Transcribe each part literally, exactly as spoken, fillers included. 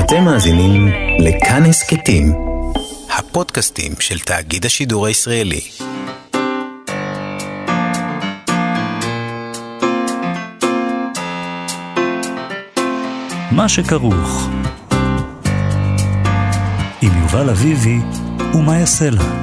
אתם מאזינים לכאן הסכתים, הפודקאסטים של תאגיד השידור הישראלי. מה שכרוך עם יובל אביבי ומה יעשה לה.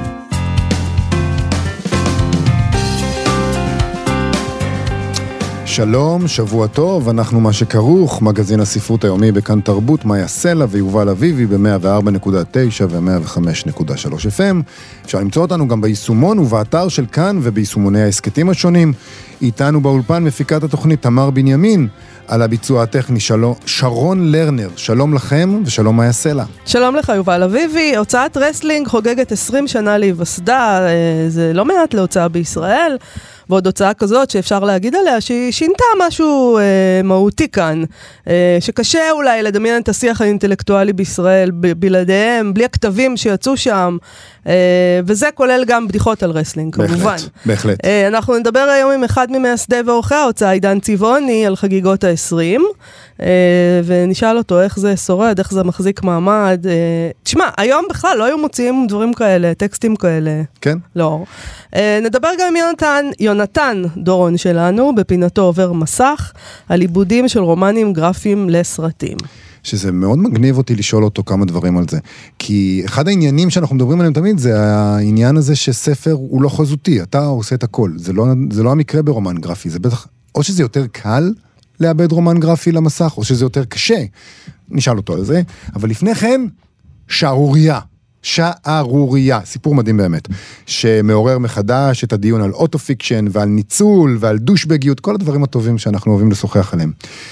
שלום, שבוע טוב, אנחנו מה שכרוך, מגזין הספרות היומי בכאן תרבות, מה יעשה לה ויובל אביבי ב-מאה וארבע נקודה תשע ו-מאה וחמש נקודה שלוש אף אם. אפשר למצוא אותנו גם ביישומון ובאתר של כאן וביישומוני ההסכתים השונים. איתנו באולפן מפיקת התוכנית תמר בנימין, על הביצוע הטכני שלום, שרון לרנר. שלום לכם ושלום מה יעשה לה. שלום לך יובל אביבי. הוצאת רסלינג חוגגת עשרים שנה להיווסדה, זה לא מעט להוצאה בישראל, ועוד הוצאה כזאת שאפשר להגיד עליה שהיא שינתה משהו אה, מהותי כאן, אה, שקשה אולי לדמיין את השיח האינטלקטואלי בישראל ב- בלעדיהם, בלי הכתבים שיצאו שם, אה, וזה כולל גם בדיחות על רסלינג, בהחלט, כמובן. בהחלט. אה, אנחנו נדבר היום עם אחד ממייסדי ועורכי ההוצאה, עידן צבעוני, על חגיגות ה-עשרים, אה, ונשאל אותו איך זה שורד, איך זה מחזיק מעמד. אה, תשמע, היום בכלל לא היו מוציאים דברים כאלה, טקסטים כאלה. כן? לא. אה, נדבר גם עם יונתן, יונתן דורון שלנו, בפינתו עובר מסך, על עיבודים של רומנים גרפיים לסרטים. שזה מאוד מגניב אותי לשאול אותו כמה דברים על זה. כי אחד העניינים שאנחנו מדברים עליהם תמיד, זה העניין הזה שספר הוא לא חזותי, אתה עושה את הכל. זה לא, זה לא המקרה ברומן גרפי, זה בטח, או שזה יותר קל לאבד רומן גרפי למסך, או שזה יותר קשה. נשאל אותו על זה. אבל לפני כן, שערוריה. שערוריה, סיפור מדהים באמת, שמעורר מחדש את הדיון על אוטו-פיקשן ועל ניצול ועל דושבגיות, כל הדברים הטובים שאנחנו אוהבים לשוחח עליהם.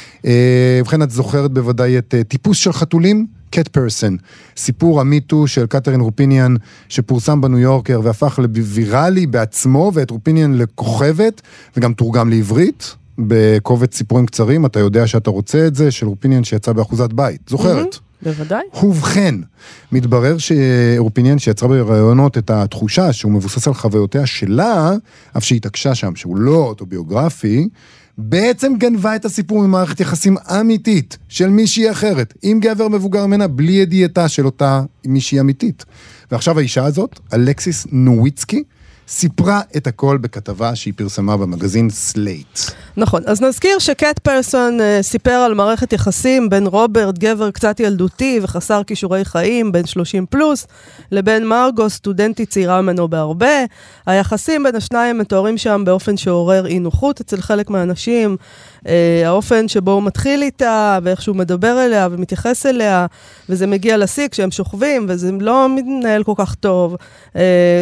ובכן, את זוכרת בוודאי את טיפוס של חתולים? קט פרסון, סיפור המיטו של קתרין רופיניאן, שפורסם בניו יורקר והפך לוויראלי בעצמו, ואת רופיניאן לכוכבת, וגם תורגם לעברית, בקובץ סיפורים קצרים, אתה יודע שאתה רוצה את זה, של רופיניאן שיצא באחוזת בית, זוכרת? בוודאי. ובכן, מתברר שרופיניאן שיצרה ברעיונות את התחושה שהוא מבוסס על חוויותיה שלה, אף שהתעקשה שם שהוא לא אוטוביוגרפי, בעצם גנבה את הסיפור ממערכת יחסים אמיתית של מישהי אחרת, עם גבר מבוגר ממנה, בלי ידיעתה של אותה מישהי אמיתית. ועכשיו האישה הזאת, אלכסיס נוביצקי, סיפרה את הכל בכתבה שהיא פרסמה במגזין סלייט. נכון, אז נזכיר שקט פרסון uh, סיפר על מערכת יחסים בין רוברט, גבר קצת ילדותי וחסר כישורי חיים, בין שלושים פלוס, לבין מרגו, סטודנטית צעירה ממנו בהרבה. היחסים בין השניים מתוארים שם באופן שעורר אי נוחות אצל חלק מהאנשים, uh, האופן שבו הוא מתחיל איתה, ואיך שהוא מדבר אליה ומתייחס אליה, וזה מגיע לשיא כשהם שוכבים, וזה לא מתנהל כל כך טוב. Uh,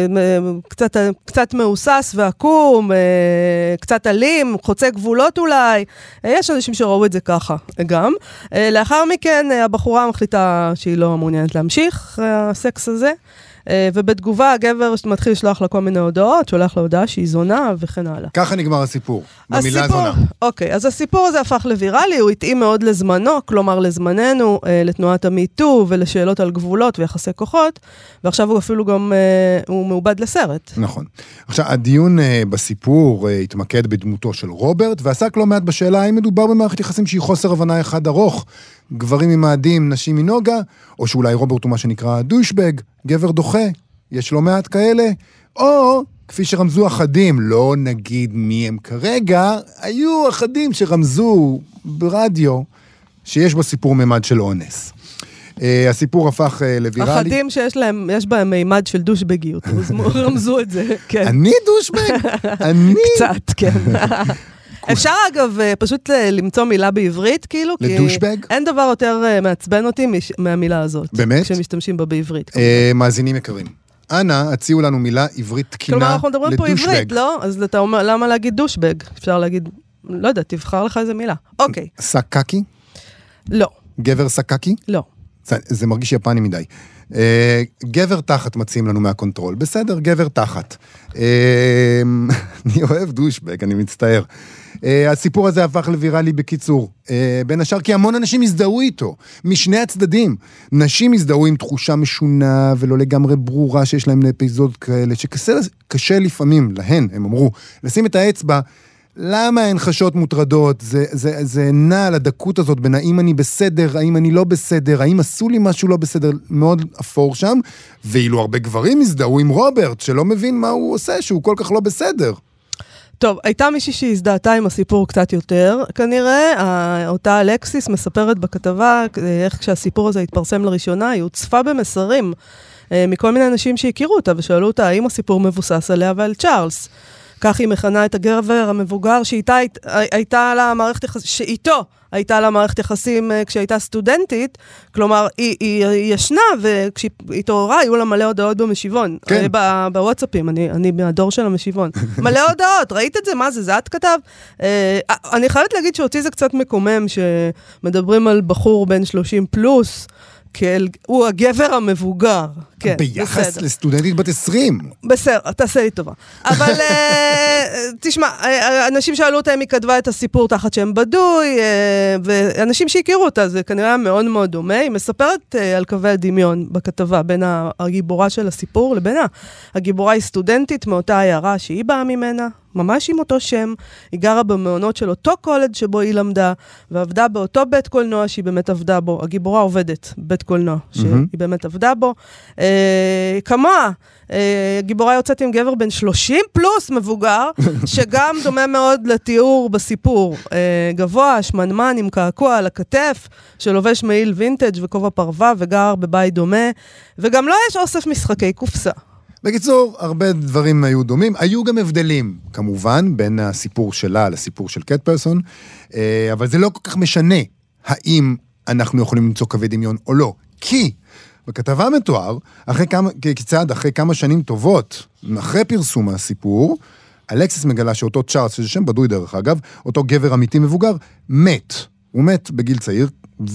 קצת, קצת מאוסס ועקום, uh, קצת אלים, חוצה גבולות אולי, יש אנשים שראו את זה ככה גם. לאחר מכן, הבחורה מחליטה שהיא לא מעוניינת להמשיך הסקס הזה, ובתגובה הגבר מתחיל לשלוח לה כל מיני הודעות, שולח לה הודעה שהיא זונה וכן הלאה. ככה נגמר הסיפור, במילה הסיפור, זונה. אוקיי, אז הסיפור הזה הפך לוויראלי, הוא התאים מאוד לזמנו, כלומר לזמננו, לתנועת המיטו ולשאלות על גבולות ויחסי כוחות, ועכשיו הוא אפילו גם, הוא מעובד לסרט. נכון. עכשיו, הדיון בסיפור התמקד בדמותו של רוברט, ועסק לא מעט בשאלה האם מדובר במערכת יחסים שהיא חוסר הבנה אחד ארוך, גברים ממאדים, נשים מנוגה, או שאולי רוברט הוא מה שנקרא דושבג, גבר דוחה, יש לא מעט כאלה, או כפי שרמזו אחדים, לא נגיד מי הם כרגע, היו אחדים שרמזו ברדיו שיש בסיפור ממד של אונס. Uh, הסיפור הפך uh, לוויראלי. אחדים שיש להם, יש בהם מימד של דושבגיות, רמזו את זה, כן. אני דושבג? אני? קצת, כן. אפשר אגב פשוט למצוא מילה בעברית, כאילו, לדושבג? כי אין דבר יותר מעצבן אותי מהמילה הזאת. באמת? כשמשתמשים בה בעברית. מאזינים יקרים. אנא, הציעו לנו מילה עברית תקינה לדושבג. כלומר, אנחנו מדברים פה עברית, לא? אז אתה אומר, למה להגיד דושבג? אפשר להגיד, לא יודע, תבחר לך איזה מילה. אוקיי. סקקי? לא. גבר סקקי? לא. זה מרגיש יפני מדי. גבר תחת מציעים לנו מהקונטרול. בסדר, גבר תחת. אני אוהב דושבג, אני מצטער. הסיפור הזה הפך לוויראלי בקיצור. בין השאר, כי המון אנשים הזדהו איתו. משני הצדדים. נשים הזדהו עם תחושה משונה ולא לגמרי ברורה שיש להם לאפיזוד כאלה, שקשה לפעמים להן, הם אמרו, לשים את האצבע למה הן חשות מוטרדות? זה, זה, זה נע על הדקות הזאת בין האם אני בסדר, האם אני לא בסדר, האם עשו לי משהו לא בסדר, מאוד אפור שם, ואילו הרבה גברים הזדהו עם רוברט, שלא מבין מה הוא עושה, שהוא כל כך לא בסדר. טוב, הייתה מישהי שהזדהתה עם הסיפור קצת יותר, כנראה, אותה אלקסיס מספרת בכתבה, איך כשהסיפור הזה התפרסם לראשונה, היא הוצפה במסרים מכל מיני אנשים שהכירו אותה, ושאלו אותה האם הסיפור מבוסס עליה ועל צ'ארלס. כך היא מכנה את הגבר המבוגר, שאיתה הייתה לה מערכת יחסים, שאיתו הייתה לה מערכת יחסים כשהייתה סטודנטית, כלומר, היא, היא, היא ישנה, וכשהיא התעוררה, היו לה מלא הודעות במשיבון. כן. בוואטסאפים, אני, אני מהדור של המשיבון. מלא הודעות, ראית את זה? מה זה? זה את כתב? אני חייבת להגיד שאותי זה קצת מקומם, שמדברים על בחור בן שלושים פלוס, כאל, הוא הגבר המבוגר. כן, ביחס בסדר. לסטודנטית בת עשרים. בסדר, תעשה לי טובה. אבל תשמע, אנשים שאלו אותה אם היא כתבה את הסיפור תחת שם בדוי, ואנשים שהכירו אותה, זה כנראה מאוד מאוד דומה. היא מספרת על קווי הדמיון בכתבה, בין הגיבורה של הסיפור לבין הגיבורה היא סטודנטית מאותה עיירה שהיא באה ממנה, ממש עם אותו שם, היא גרה במעונות של אותו קולג' שבו היא למדה, ועבדה באותו בית קולנוע שהיא באמת עבדה בו. הגיבורה עובדת בית קולנוע שהיא באמת עבדה בו. כמה, גיבורה יוצאת עם גבר בן שלושים פלוס מבוגר, שגם דומה מאוד לתיאור בסיפור. גבוה, שמנמן עם קעקוע על הכתף, שלובש מעיל וינטג' וכובע פרווה וגר בבית דומה, וגם לא יש אוסף משחקי קופסה. בקיצור, הרבה דברים היו דומים, היו גם הבדלים, כמובן, בין הסיפור שלה לסיפור של קט פרסון, אבל זה לא כל כך משנה האם אנחנו יכולים למצוא קווי דמיון או לא, כי בכתבה מתואר, אחרי כמה, כצעד, אחרי כמה שנים טובות, אחרי פרסום הסיפור, אלקסיס מגלה שאותו צ'ארלס, שזה שם בדוי דרך אגב, אותו גבר אמיתי מבוגר, מת. הוא מת בגיל צעיר,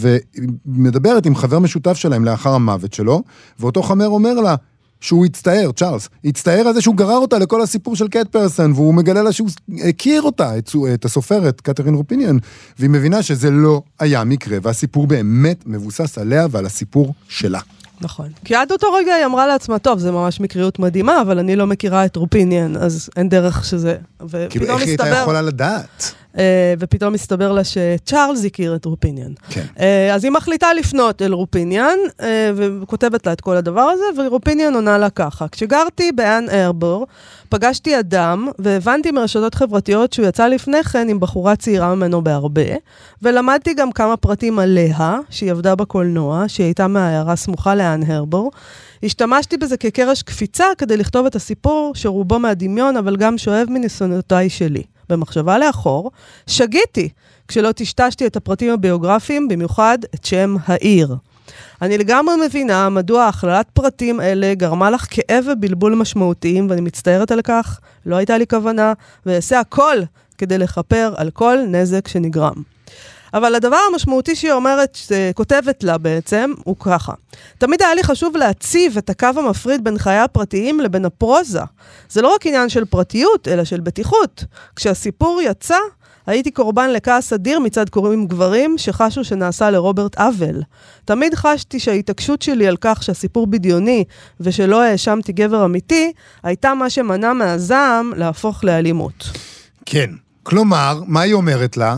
ומדברת עם חבר משותף שלהם לאחר המוות שלו, ואותו חמר אומר לה, שהוא הצטער, צ'ארלס, הצטער על זה שהוא גרר אותה לכל הסיפור של קט פרסון, והוא מגלה לה שהוא הכיר אותה, את, את הסופרת, קתרין רופיניאן, והיא מבינה שזה לא היה מקרה, והסיפור באמת מבוסס עליה ועל הסיפור שלה. נכון. כי עד אותו רגע היא אמרה לעצמה, טוב, זה ממש מקריות מדהימה, אבל אני לא מכירה את רופיניאן, אז אין דרך שזה. כאילו, איך היא הייתה יכולה לדעת? ופתאום מסתבר לה שצ'ארלס הכיר את רופיניאן. כן. אז היא מחליטה לפנות אל רופיניאן, וכותבת לה את כל הדבר הזה, ורופיניאן עונה לה ככה. כשגרתי באן הרבור, פגשתי אדם, והבנתי מרשתות חברתיות שהוא יצא לפני כן עם בחורה צעירה ממנו בהרבה, ולמדתי גם כמה פרטים עליה, שהיא עבדה בקולנוע, שהיא הייתה מהעיירה סמוכה לאן הרבור. השתמשתי בזה כקרש קפיצה כדי לכתוב את הסיפור, שרובו מהדמיון, אבל גם שואב מניסיונותיי שלי. במחשבה לאחור, שגיתי, כשלא תשתשתי את הפרטים הביוגרפיים, במיוחד את שם העיר. אני לגמרי מבינה מדוע הכללת פרטים אלה גרמה לך כאב ובלבול משמעותיים, ואני מצטערת על כך, לא הייתה לי כוונה, ואעשה הכל כדי לכפר על כל נזק שנגרם. אבל הדבר המשמעותי שהיא אומרת, שכותבת לה בעצם, הוא ככה. תמיד היה לי חשוב להציב את הקו המפריד בין חיי הפרטיים לבין הפרוזה. זה לא רק עניין של פרטיות, אלא של בטיחות. כשהסיפור יצא, הייתי קורבן לכעס אדיר מצד קוראים גברים שחשו שנעשה לרוברט אבל. תמיד חשתי שההתעקשות שלי על כך שהסיפור בדיוני ושלא האשמתי גבר אמיתי, הייתה מה שמנע מהזעם להפוך לאלימות. כן. כלומר, מה היא אומרת לה?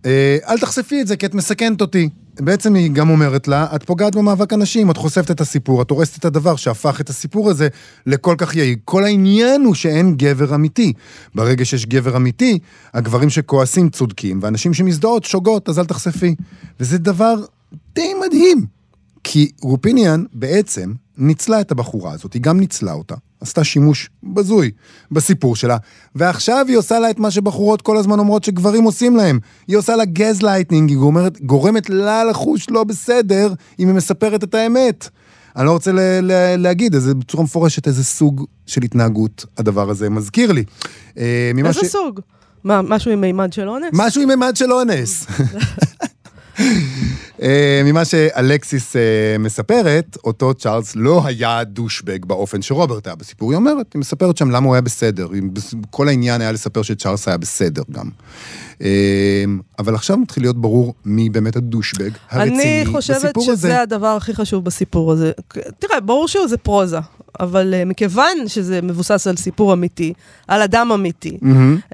אל תחשפי את זה, כי את מסכנת אותי. בעצם היא גם אומרת לה, את פוגעת במאבק אנשים, את חושפת את הסיפור, את הורסת את הדבר שהפך את הסיפור הזה לכל כך יעיל. כל העניין הוא שאין גבר אמיתי. ברגע שיש גבר אמיתי, הגברים שכועסים צודקים, ואנשים שמזדהות שוגות, אז אל תחשפי. וזה דבר די מדהים. כי רופיניאן בעצם ניצלה את הבחורה הזאת, היא גם ניצלה אותה. עשתה שימוש בזוי בסיפור שלה, ועכשיו היא עושה לה את מה שבחורות כל הזמן אומרות שגברים עושים להם. היא עושה לה גז לייטנינג, היא גורמת, גורמת לה לחוש לא בסדר, אם היא מספרת את האמת. אני לא רוצה ל- ל- להגיד, איזה בצורה מפורשת, איזה סוג של התנהגות הדבר הזה מזכיר לי. איזה ש... סוג? מה, משהו עם מימד של אונס? משהו עם מימד של אונס. ממה שאלקסיס מספרת, אותו צ'ארלס לא היה דושבג באופן שרוברט היה בסיפור. היא אומרת, היא מספרת שם למה הוא היה בסדר. כל העניין היה לספר שצ'ארלס היה בסדר גם. אבל עכשיו מתחיל להיות ברור מי באמת הדושבג הרציני אני חושבת שזה הדבר הכי חשוב בסיפור הזה. תראה, ברור שהוא זה פרוזה. אבל uh, מכיוון שזה מבוסס על סיפור אמיתי, על אדם אמיתי, mm-hmm. uh,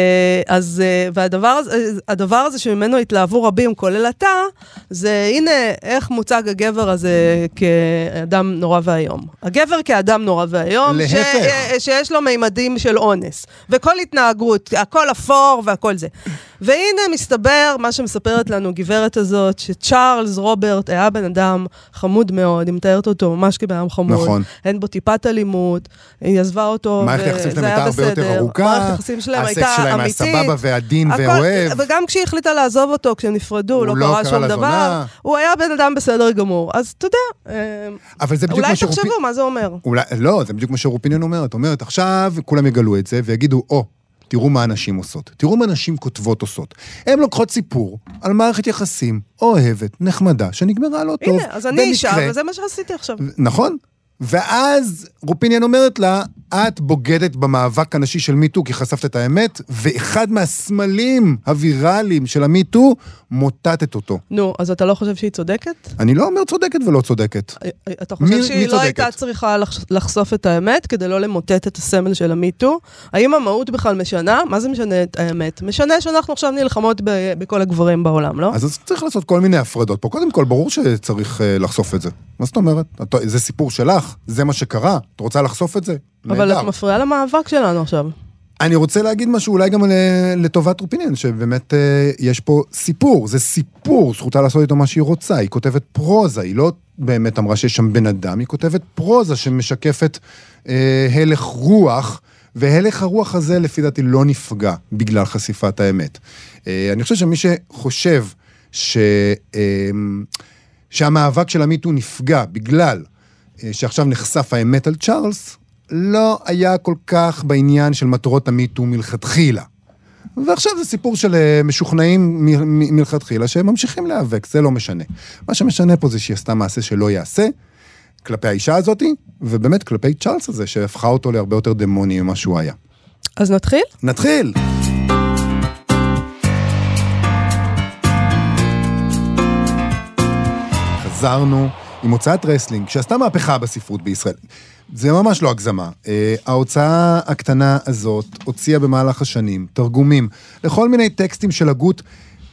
אז, uh, והדבר הזה, הדבר הזה שממנו התלהבו רבים, כולל אתה, זה הנה איך מוצג הגבר הזה כאדם נורא והיום. הגבר כאדם נורא והיום, ש, uh, שיש לו מימדים של אונס, וכל התנהגות, הכל אפור והכל זה. והנה מסתבר, מה שמספרת לנו גברת הזאת, שצ'ארלס רוברט היה בן אדם חמוד מאוד, היא מתארת אותו ממש כבן חמוד, נכון. אין בו טיפת אלימות, היא עזבה אותו, מערכת היחסים שלהם הייתה הרבה יותר ארוכה, הסקס שלהם היה סבבה והדין ואוהב. וגם כשהיא החליטה לעזוב אותו, כשהם נפרדו, לא קרה שום דבר, הוא היה בן אדם בסדר גמור. אז אתה יודע, אולי תחשבו מה זה אומר. לא, זה בדיוק מה שרופיניאן אומרת. אומרת, עכשיו כולם יגלו את זה ויגידו, או, תראו מה אנשים עושות. תראו מה אנשים כותבות עושות. הן לוקחות סיפור על מערכת יחסים אוהבת, נחמדה, שנגמרה לא טוב. הנה, אז אני אישה, וזה מה שעשיתי עכשיו. נכון. ואז רופיניאן אומרת לה, את בוגדת במאבק הנשי של מיטו, כי חשפת את האמת, ואחד מהסמלים הוויראליים של המיטו, מוטטת אותו. נו, אז אתה לא חושב שהיא צודקת? אני לא אומר צודקת ולא צודקת. אתה חושב מי, שהיא מי לא הייתה צריכה לחשוף את האמת, כדי לא למוטט את הסמל של המיטו? האם המהות בכלל משנה? מה זה משנה את האמת? משנה שאנחנו עכשיו נלחמות ב- בכל הגברים בעולם, לא? אז צריך לעשות כל מיני הפרדות פה. קודם כל, ברור שצריך uh, לחשוף את זה. מה זאת אומרת? זה סיפור שלך, זה מה שקרה. את רוצה לחשוף את זה? אבל נהדר. את מפריעה למאבק שלנו עכשיו. אני רוצה להגיד משהו אולי גם לטובת רופיניאן, שבאמת יש פה סיפור, זה סיפור, זכותה לעשות איתו מה שהיא רוצה, היא כותבת פרוזה, היא לא באמת אמרה שיש שם בן אדם, היא כותבת פרוזה שמשקפת אה, הלך רוח, והלך הרוח הזה לפי דעתי לא נפגע בגלל חשיפת האמת. אה, אני חושב שמי שחושב ש, אה, שהמאבק של המיטו נפגע בגלל אה, שעכשיו נחשף האמת על צ'ארלס, לא היה כל כך בעניין של מטרות המיטו מלכתחילה. ועכשיו זה סיפור של משוכנעים מ- מלכתחילה שהם ממשיכים להיאבק, זה לא משנה. מה שמשנה פה זה שהיא עשתה מעשה שלא יעשה, כלפי האישה הזאת, ובאמת כלפי צ'ארלס הזה, שהפכה אותו להרבה יותר דמוני ממה שהוא היה. אז נתחיל? נתחיל! חזרנו עם הוצאת רסלינג, שעשתה מהפכה בספרות בישראל. זה ממש לא הגזמה. ההוצאה הקטנה הזאת הוציאה במהלך השנים תרגומים לכל מיני טקסטים של הגות,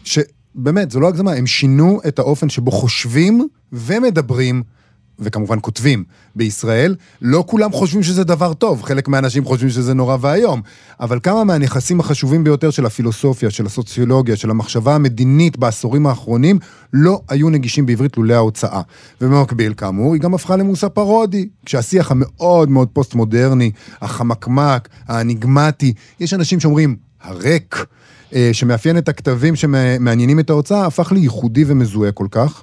שבאמת, זו לא הגזמה, הם שינו את האופן שבו חושבים ומדברים, וכמובן כותבים בישראל. לא כולם חושבים שזה דבר טוב, חלק מהאנשים חושבים שזה נורא והיום, אבל כמה מהנכסים החשובים ביותר של הפילוסופיה, של הסוציולוגיה, של המחשבה המדינית בעשורים האחרונים, לא היו נגישים בעברית לולא ההוצאה. ובמקביל, כאמור, היא גם הפכה למושא פרודי, כשהשיח המאוד מאוד פוסט-מודרני, החמקמק, האניגמטי, יש אנשים שאומרים, הריק, שמאפיין את הכתבים שמעניינים את ההוצאה, הפך לייחודי ומזוהה כל כך,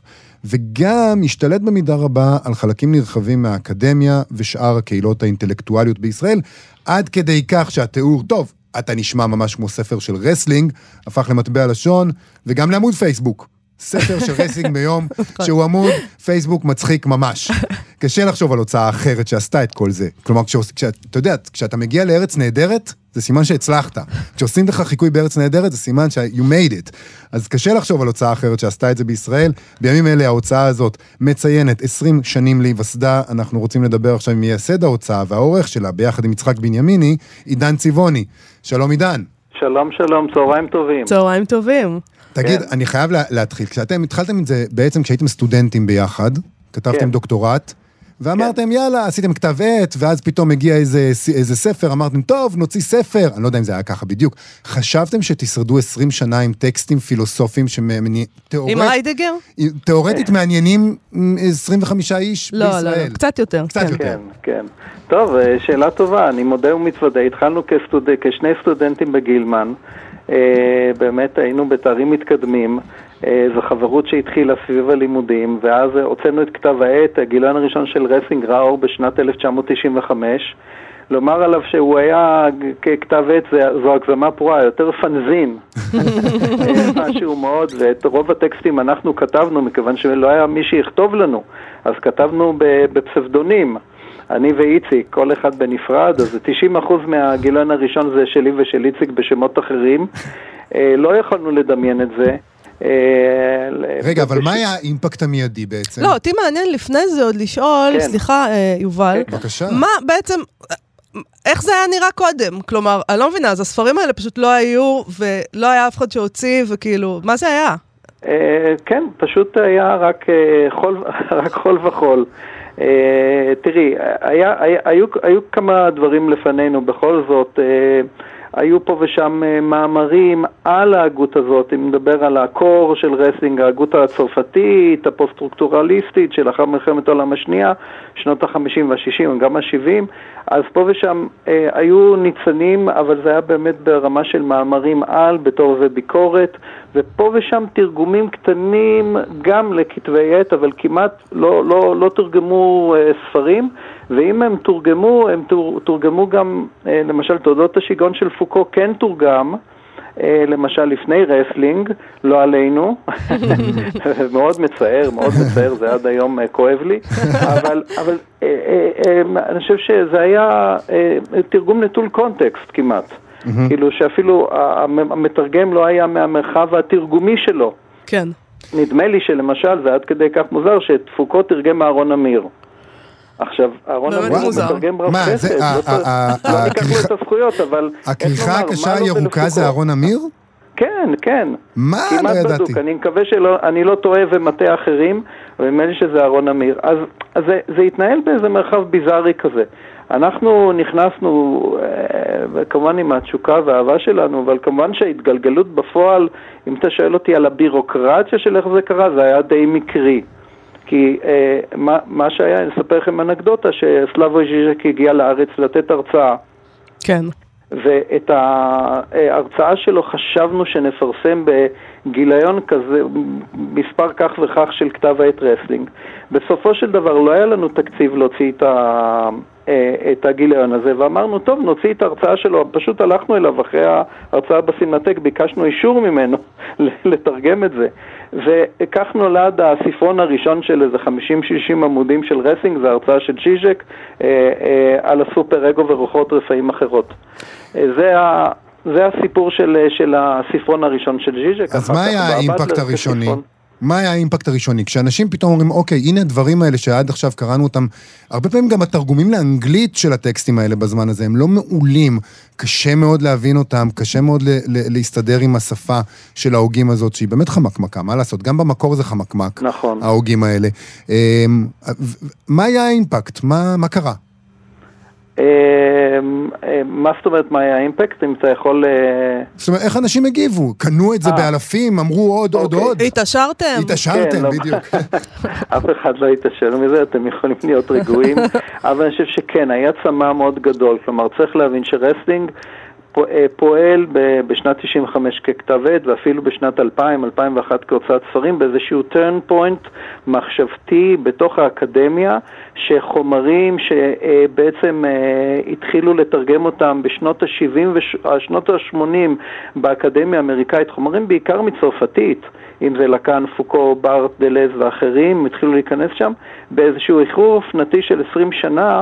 וגם השתלט במידה רבה על חלקים נרחבים מהאקדמיה ושאר הקהילות האינטלקטואליות בישראל, עד כדי כך שהתיאור, טוב, אתה נשמע ממש כמו ספר של רסלינג, הפך למטבע לשון, וגם לעמוד פייסבוק. ספר של רסלינג ביום, שהוא עמוד פייסבוק מצחיק ממש. קשה לחשוב על הוצאה אחרת שעשתה את כל זה. כלומר, אתה יודע, כשאתה מגיע לארץ נהדרת, זה סימן שהצלחת. כשעושים לך חיקוי בארץ נהדרת, זה סימן ש- you made it. אז קשה לחשוב על הוצאה אחרת שעשתה את זה בישראל. בימים אלה ההוצאה הזאת מציינת עשרים שנים להיווסדה. אנחנו רוצים לדבר עכשיו עם מייסד ההוצאה והעורך שלה, ביחד עם יצחק בנימיני, עידן צבעוני. שלום עידן. שלום שלום, צהריים טובים. צהריים טובים. תגיד, כן. אני חייב לה, להתחיל. כשאתם התחלתם את זה, בעצם כשהייתם סטודנטים ביחד, כתבתם כן. דוקטורט, ואמרתם, כן. יאללה, עשיתם כתב עת, ואז פתאום הגיע איזה, איזה ספר, אמרתם, טוב, נוציא ספר. אני לא יודע אם זה היה ככה בדיוק. חשבתם שתשרדו עשרים שנה עם טקסטים פילוסופיים שמעניינים... עם היידגר? תיאורטית מעניינים עשרים וחמישה איש לא, בישראל. לא, לא, קצת יותר. קצת כן. יותר. כן, כן. טוב, שאלה טובה. אני מודה ומצוודה. התחלנו כסטוד... כשני סטודנטים בגילמן. באמת היינו בתארים מתקדמים. זו חברות שהתחילה סביב הלימודים, ואז הוצאנו את כתב העת, הגיליון הראשון של רסלינג ראה אור בשנת אלף תשע מאות תשעים וחמש. לומר עליו שהוא היה ככתב עת, זו הגזמה פרועה, יותר פנזין. משהו מאוד, ואת רוב הטקסטים אנחנו כתבנו, מכיוון שלא היה מי שיכתוב לנו, אז כתבנו בפסבדונים. אני ואיציק, כל אחד בנפרד, אז תשעים אחוז מהגיליון הראשון זה שלי ושל איציק בשמות אחרים. לא יכולנו לדמיין את זה. רגע, אבל מה היה האימפקט המיידי בעצם? לא, אותי מעניין לפני זה עוד לשאול, סליחה, יובל. בבקשה. מה בעצם... איך זה היה נראה קודם? כלומר, אני לא מבינה, אז הספרים האלה פשוט לא היו, ולא היה אף אחד שהוציא, וכאילו, מה זה היה? כן, פשוט היה רק חול וחול. תראי, היו כמה דברים לפנינו, בכל זאת, היו פה ושם מאמרים על ההגות הזאת, אם נדבר על הקור של רסלינג, ההגות הצרפתית, הפוסט-סטרוקטורליסטית של אחר מלחמת העולם השנייה, שנות ה-חמישים וה-שישים וגם ה-שבעים, אז פה ושם אה, היו ניצנים, אבל זה היה באמת ברמה של מאמרים על, בתור זה ביקורת, ופה ושם תרגומים קטנים גם לכתבי עת, אבל כמעט לא, לא, לא תורגמו אה, ספרים, ואם הם תורגמו, הם תורגמו גם, אה, למשל, תולדות השיגעון של פוקו כן תורגם, אה, למשל לפני רסלינג, לא עלינו, מאוד מצער, מאוד מצער, זה עד היום אה, כואב לי, אבל, אבל אה, אה, אה, אני חושב שזה היה אה, תרגום נטול קונטקסט כמעט, כאילו שאפילו המתרגם לא היה מהמרחב התרגומי שלו. כן. נדמה לי שלמשל, זה עד כדי כך מוזר, שפוקו תרגם אהרון אמיר. עכשיו, אהרון אמיר מתרגם רב חסד, לא ניקח לו את הזכויות, אבל... הכריכה הקשה הירוקה זה אהרון אמיר? כן, כן. מה? לא ידעתי. אני מקווה שאני לא טועה ומטה אחרים, ונדמה לי שזה אהרון אמיר. אז זה התנהל באיזה מרחב ביזארי כזה. אנחנו נכנסנו, כמובן עם התשוקה והאהבה שלנו, אבל כמובן שההתגלגלות בפועל, אם אתה שואל אותי על הבירוקרטיה של איך זה קרה, זה היה די מקרי. כי אה, מה, מה שהיה, אני אספר לכם אנקדוטה, שסלאבוי ז'יז'ק הגיע לארץ לתת הרצאה. כן. ואת ההרצאה שלו חשבנו שנפרסם בגיליון כזה, מספר כך וכך של כתב העת רסלינג. בסופו של דבר לא היה לנו תקציב להוציא את, ה, את הגיליון הזה, ואמרנו, טוב, נוציא את ההרצאה שלו, פשוט הלכנו אליו אחרי ההרצאה בסינמטק, ביקשנו אישור ממנו לתרגם את זה. וכך נולד הספרון הראשון של איזה חמישים שישים עמודים של רסלינג, זה ההרצאה של ז'יז'ק אה, אה, על הסופר אגו ורוחות רפאים אחרות. אה, זה, ה, זה הסיפור של, של הספרון הראשון של ז'יז'ק. אז מה היה האימפקט הראשוני? ספרון. מה היה האימפקט הראשוני? כשאנשים פתאום אומרים, אוקיי, הנה הדברים האלה שעד עכשיו קראנו אותם, הרבה פעמים גם התרגומים לאנגלית של הטקסטים האלה בזמן הזה, הם לא מעולים, קשה מאוד להבין אותם, קשה מאוד ל- ל- להסתדר עם השפה של ההוגים הזאת, שהיא באמת חמקמקה, מה לעשות? גם במקור זה חמקמק, נכון. ההוגים האלה. מה היה האימפקט? מה, מה קרה? מה זאת אומרת, מה היה האימפקט? אם אתה יכול... זאת אומרת, איך אנשים הגיבו? קנו את זה באלפים, אמרו עוד, עוד, עוד. התעשרתם. התעשרתם, בדיוק. אף אחד לא התעשר מזה, אתם יכולים להיות רגועים, אבל אני חושב שכן, היה צמא מאוד גדול, כלומר, צריך להבין שרסלינג פועל בשנת תשעים וחמש ככתב עת, ואפילו בשנת אלפיים, אלפיים ואחת כהוצאת ספרים, באיזשהו turn point מחשבתי בתוך האקדמיה, שחומרים שבעצם התחילו לתרגם אותם בשנות ה-שבעים ושנות ה-שמונים באקדמיה האמריקאית, חומרים בעיקר מצרפתית, אם זה לקאן, פוקו, בארט, דלז ואחרים, התחילו להיכנס שם, באיזשהו איחור אופנתי של עשרים שנה,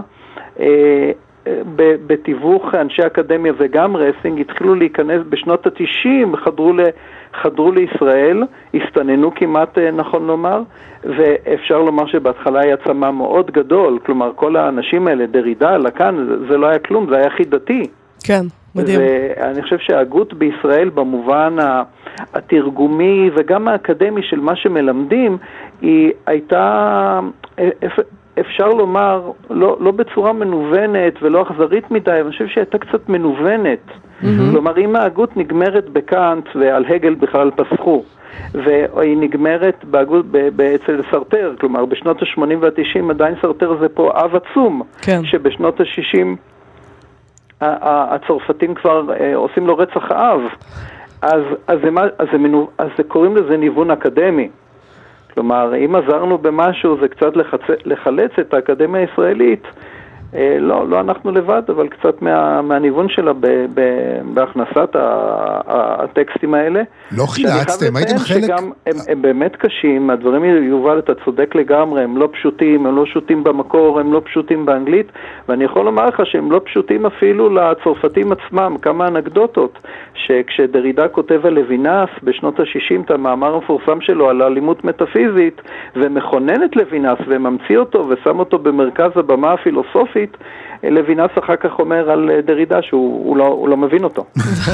בתיווך אנשי אקדמיה וגם רסלינג, התחילו להיכנס בשנות ה-תשעים, חדרו, ל, חדרו לישראל, הסתננו כמעט, נכון לומר, ואפשר לומר שבהתחלה היה צמא מאוד גדול, כלומר כל האנשים האלה, דרידה, לקאן, זה, זה לא היה כלום, זה היה חידתי. כן, מדהים. ואני חושב שההגות בישראל במובן התרגומי וגם האקדמי של מה שמלמדים, היא הייתה... אפשר לומר, לא, לא בצורה מנוונת ולא אכזרית מדי, אבל אני חושב שהייתה קצת מנוונת. Mm-hmm. כלומר, אם ההגות נגמרת בקאנט ועל הגל בכלל פסחו, והיא נגמרת בהגות, אצל סרטר, כלומר, בשנות ה-שמונים וה-תשעים עדיין סרטר זה פה אב עצום, כן. שבשנות ה-שישים הצרפתים כבר עושים לו רצח אב. אז, אז, זה, אז, זה מנו, אז זה קוראים לזה ניוון אקדמי. כלומר, אם עזרנו במשהו, זה קצת לחצ... לחלץ את האקדמיה הישראלית לא, לא אנחנו לבד, אבל קצת מה, מהניוון שלה ב, ב, בהכנסת הטקסטים האלה. לא חילצתם, הייתם חלק... שגם הם, הם באמת קשים, הדברים יובל, אתה צודק לגמרי, הם לא פשוטים, הם לא פשוטים במקור, הם לא פשוטים באנגלית, ואני יכול לומר לך שהם לא פשוטים אפילו לצרפתים עצמם, כמה אנקדוטות, שכשדרידה כותב על לוינס בשנות ה-שישים, את המאמר המפורסם שלו על האלימות מטאפיזית, ומכונן את לוינס וממציא אותו ושם אותו במרכז הבמה הפילוסופית, לוינס אחר כך אומר על דרידה שהוא לא, הוא לא מבין אותו.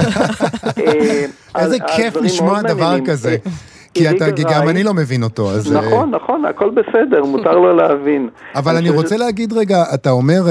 איזה כיף לשמוע דבר כזה. כי אתה, גם אני לא מבין אותו. אז... נכון, נכון, הכל בסדר, מותר לו להבין. אבל אני רוצה להגיד רגע, אתה אומר,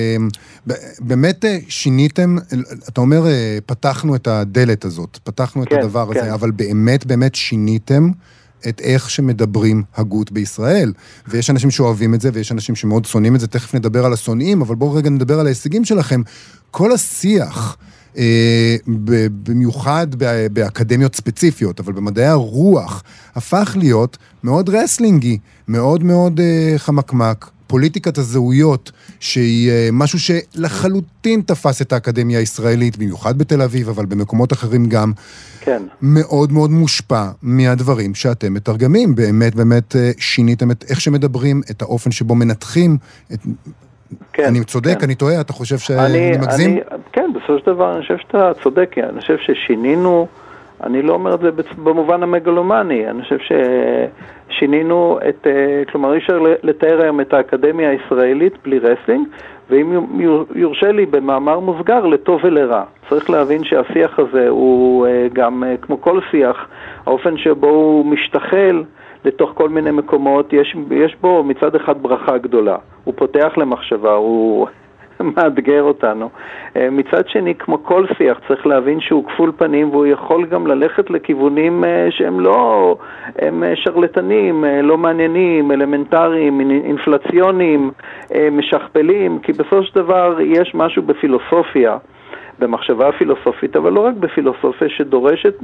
באמת שיניתם, אתה אומר, פתחנו את הדלת הזאת, פתחנו את הדבר הזה, אבל באמת, באמת שיניתם את איך שמדברים הגות בישראל. ויש אנשים שאוהבים את זה, ויש אנשים שמאוד שונאים את זה, תכף נדבר על השונאים, אבל בואו רגע נדבר על ההישגים שלכם. כל השיח, אה, במיוחד באקדמיות ספציפיות, אבל במדעי הרוח, הפך להיות מאוד רסלינגי, מאוד מאוד אה, חמקמק, פוליטיקת הזהויות, שהיא אה, משהו שלחלוטין תפס את האקדמיה הישראלית, במיוחד בתל אביב, אבל במקומות אחרים גם, כן. מאוד מאוד מושפע מהדברים שאתם מתרגמים. באמת, באמת שיניתם את איך שמדברים, את האופן שבו מנתחים. את... כן, אני צודק, כן. אני טועה, אתה חושב שאני אני, מגזים? אני, כן, בסופו של דבר אני חושב שאתה צודק, אני חושב ששינינו, אני לא אומר את זה במובן המגלומני, אני חושב ששינינו את, כלומר, אי אפשר לתאר היום את האקדמיה הישראלית בלי רסלינג, ואם יורשה לי במאמר מוסגר, לטוב ולרע. צריך להבין שהשיח הזה הוא גם, כמו כל שיח, האופן שבו הוא משתחל לתוך כל מיני מקומות, יש, יש בו מצד אחד ברכה גדולה. הוא פותח למחשבה, הוא מאתגר אותנו. מצד שני, כמו כל שיח, צריך להבין שהוא כפול פנים, והוא יכול גם ללכת לכיוונים שהם לא, הם שרלטנים, לא מעניינים, אלמנטריים, אינפלציוניים, משכפלים, כי בסופו של דבר יש משהו בפילוסופיה, במחשבה הפילוסופית, אבל לא רק בפילוסופיה, שדורשת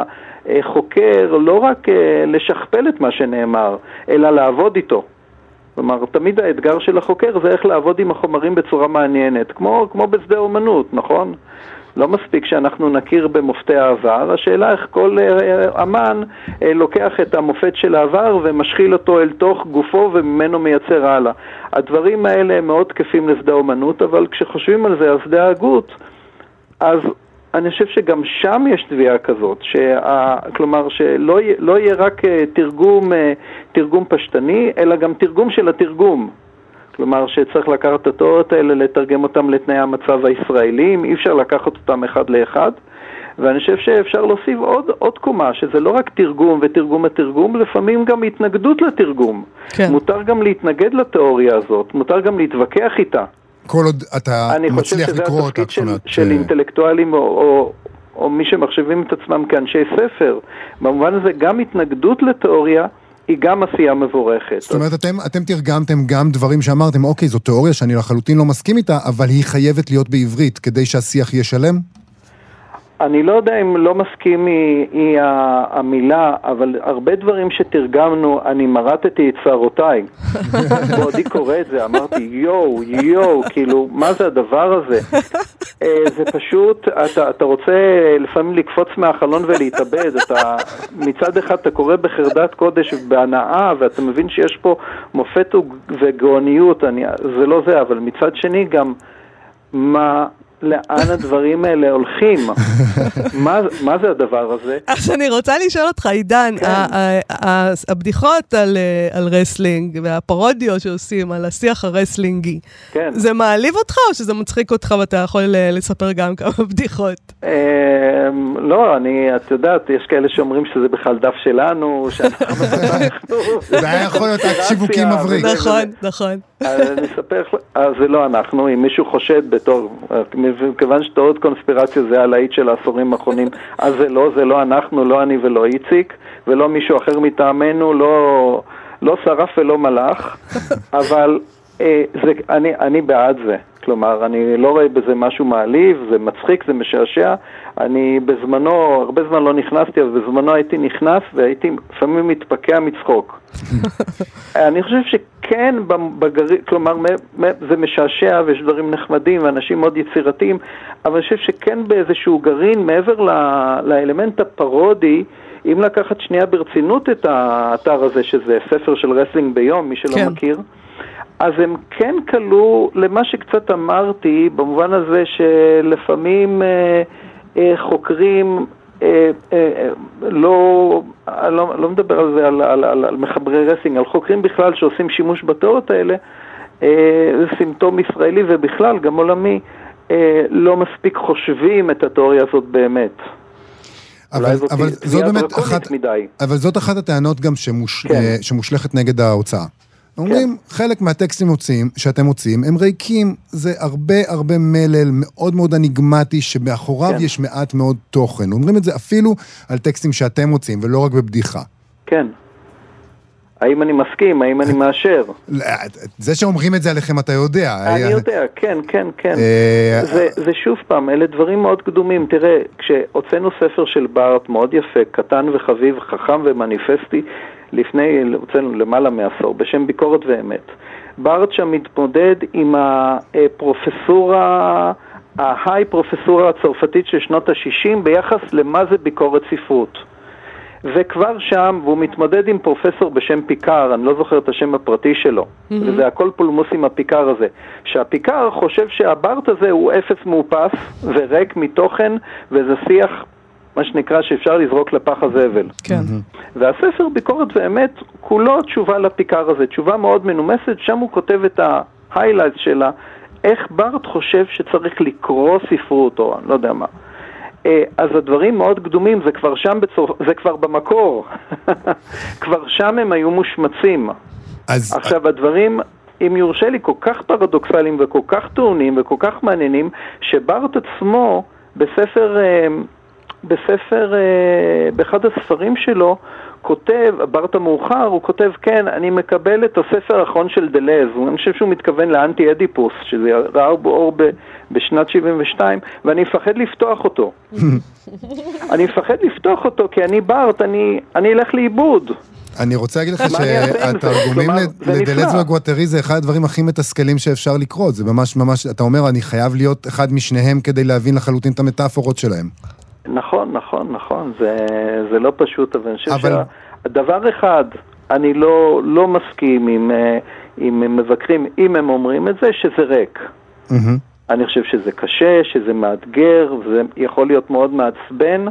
מהחוקר לא רק לשכפל את מה שנאמר, אלא לעבוד איתו. כלומר, תמיד האתגר של החוקר זה איך לעבוד עם החומרים בצורה מעניינת, כמו, כמו בשדה אומנות, נכון? לא מספיק שאנחנו נכיר במופתי העבר, השאלה איך כל אמן לוקח את המופת של העבר ומשחיל אותו אל תוך גופו וממנו מייצר הלאה. הדברים האלה מאוד תקפים לשדה אומנות, אבל כשחושבים על זה, על שדה ההגות, אז אני חושב שגם שם יש תביעה כזאת, שה, כלומר שלא לא יהיה רק תרגום, תרגום פשטני, אלא גם תרגום של התרגום. כלומר שצריך לקחת את התיאוריות האלה, לתרגם אותם לתנאי המצב הישראלים, אי אפשר לקחת אותם אחד לאחד, ואני חושב שאפשר להוסיף עוד, עוד קומה, שזה לא רק תרגום ותרגום התרגום, לפעמים גם התנגדות לתרגום. כן. מותר גם להתנגד לתיאוריה הזאת, מותר גם להתווכח איתה. כל עוד אתה מצליח לקרוא אותה. אני חושב שזה התפקיד של, של אינטלקטואלים או, או, או מי שמחשבים את עצמם כאנשי ספר. במובן הזה גם התנגדות לתיאוריה היא גם עשייה מבורכת. זאת אומרת, אתם, אתם תרגמתם גם דברים שאמרתם, אוקיי, זו תיאוריה שאני לחלוטין לא מסכים איתה, אבל היא חייבת להיות בעברית כדי שהשיח יהיה שלם? אני לא יודע אם לא מסכים היא, היא המילה, אבל הרבה דברים שתרגמנו, אני מרתתי את שערותיי. בעודי קורא את זה, אמרתי, יו, יו, כאילו, מה זה הדבר הזה? זה פשוט, אתה, אתה רוצה לפעמים לקפוץ מהחלון ולהתאבד, אתה, מצד אחד אתה קורא בחרדת קודש בהנאה, ואתה מבין שיש פה מופת וגאוניות, אני, זה לא זה, אבל מצד שני גם, מה... לאן הדברים האלה הולכים? מה, מה זה הדבר הזה? אז אני רוצה לשאול אותך, עידן, כן. הבדיחות על, על רסלינג והפרודיות שעושים על השיח הרסלינגי, כן. זה מעליב אותך או שזה מצחיק אותך ואתה יכול לספר גם כמה בדיחות? לא, אני, את יודעת, יש כאלה שאומרים שזה בכלל דף שלנו, שאנחנו זה היה יכול להיות שיווקי מבריק. נכון, נכון. אני אספר, זה לא אנחנו, אם מישהו חושד בתור, כיוון שתיאוריות קונספירציה זה הלהיט של העשורים האחרונים, אז זה לא, זה לא אנחנו, לא אני ולא איציק, ולא מישהו אחר מטעמנו, לא, לא שרף ולא מלאך, אבל אה, זה, אני, אני בעד זה. כלומר, אני לא רואה בזה משהו מעליב, זה מצחיק, זה משעשע. אני בזמנו, הרבה זמן לא נכנסתי, אבל בזמנו הייתי נכנס והייתי לפעמים מתפקע מצחוק. אני חושב כן, בגר... כלומר, זה משעשע ויש דברים נחמדים ואנשים מאוד יצירתיים, אבל אני חושב שכן באיזשהו גרעין, מעבר ל... לאלמנט הפרודי, אם לקחת שנייה ברצינות את האתר הזה, שזה ספר של רסלינג ביום, מי שלא כן. מכיר, אז הם כן קלו למה שקצת אמרתי, במובן הזה שלפעמים אה, אה, חוקרים, אה, אה, לא, לא, לא מדבר על זה, על, על, על, על מחברי רסלינג, על חוקרים בכלל שעושים שימוש בתיאוריות האלה, אה, זה סימפטום ישראלי ובכלל, גם עולמי, אה, לא מספיק חושבים את התיאוריה הזאת באמת. אבל, אבל, זאת באמת אחת, אבל זאת אחת הטענות גם שמוש, כן. uh, שמושלכת נגד ההוצאה. כן. אומרים, חלק מהטקסטים מוצאים, שאתם מוצאים, הם ריקים, זה הרבה הרבה מלל מאוד מאוד אניגמטי, שמאחוריו כן. יש מעט מאוד תוכן. אומרים את זה אפילו על טקסטים שאתם מוצאים, ולא רק בבדיחה. כן. האם אני מסכים, האם אני מאשר? זה שאומרים את זה עליכם אתה יודע. אני יודע, כן, כן, כן. זה שוב פעם, אלה דברים מאוד קדומים. תראה, כשהוצאנו ספר של בארט מאוד יפה, קטן וחביב, חכם ומניפסטי, לפני, הוצאנו למעלה מעשור, בשם ביקורת ואמת. בארט שם מתמודד עם הפרופסורה, ההיי פרופסורה הצרפתית של שנות ה-שישים, ביחס למה זה ביקורת ספרות. וכבר שם, והוא מתמודד עם פרופסור בשם פיקר, אני לא זוכר את השם הפרטי שלו, mm-hmm. וזה הכל פולמוס עם הפיקר הזה, שהפיקר חושב שהברט הזה הוא אפס מאופס וריק מתוכן, וזה שיח, מה שנקרא, שאפשר לזרוק לפח הזבל. כן. Mm-hmm. והספר ביקורת ואמת, כולו תשובה לפיקר הזה, תשובה מאוד מנומסת, שם הוא כותב את ההיילייט שלה, איך ברט חושב שצריך לקרוא ספרות, או אני לא יודע מה. אז הדברים מאוד קדומים, זה כבר שם בצור... זה כבר במקור. כבר שם הם היו מושמצים. אז... עכשיו הדברים, אם יורשה לי, כל כך פרדוקסליים וכל כך טעונים וכל כך מעניינים, שברט עצמו בספר, בספר, באחד הספרים שלו, כותב, ברט המאוחר, הוא כותב, כן, אני מקבל את הספר האחרון של דלז, אני חושב שהוא מתכוון לאנטי אדיפוס, שזה ראה בו אור ב, בשנת שבעים ושתיים, ואני מפחד לפתוח אותו. אני מפחד לפתוח אותו, כי אני ברט, אני, אני אלך לאיבוד. אני רוצה להגיד לך שהתרגומים לדלז וגואטרי זה אחד הדברים הכי מתסכלים שאפשר לקרוא, זה ממש ממש, אתה אומר, אני חייב להיות אחד משניהם כדי להבין לחלוטין את המטאפורות שלהם. נכון, נכון, נכון, זה, זה לא פשוט, אבל אני חושב אבל... שהדבר אחד, אני לא, לא מסכים עם, עם מבקרים, אם הם אומרים את זה, שזה ריק. Mm-hmm. אני חושב שזה קשה, שזה מאתגר, וזה יכול להיות מאוד מעצבן.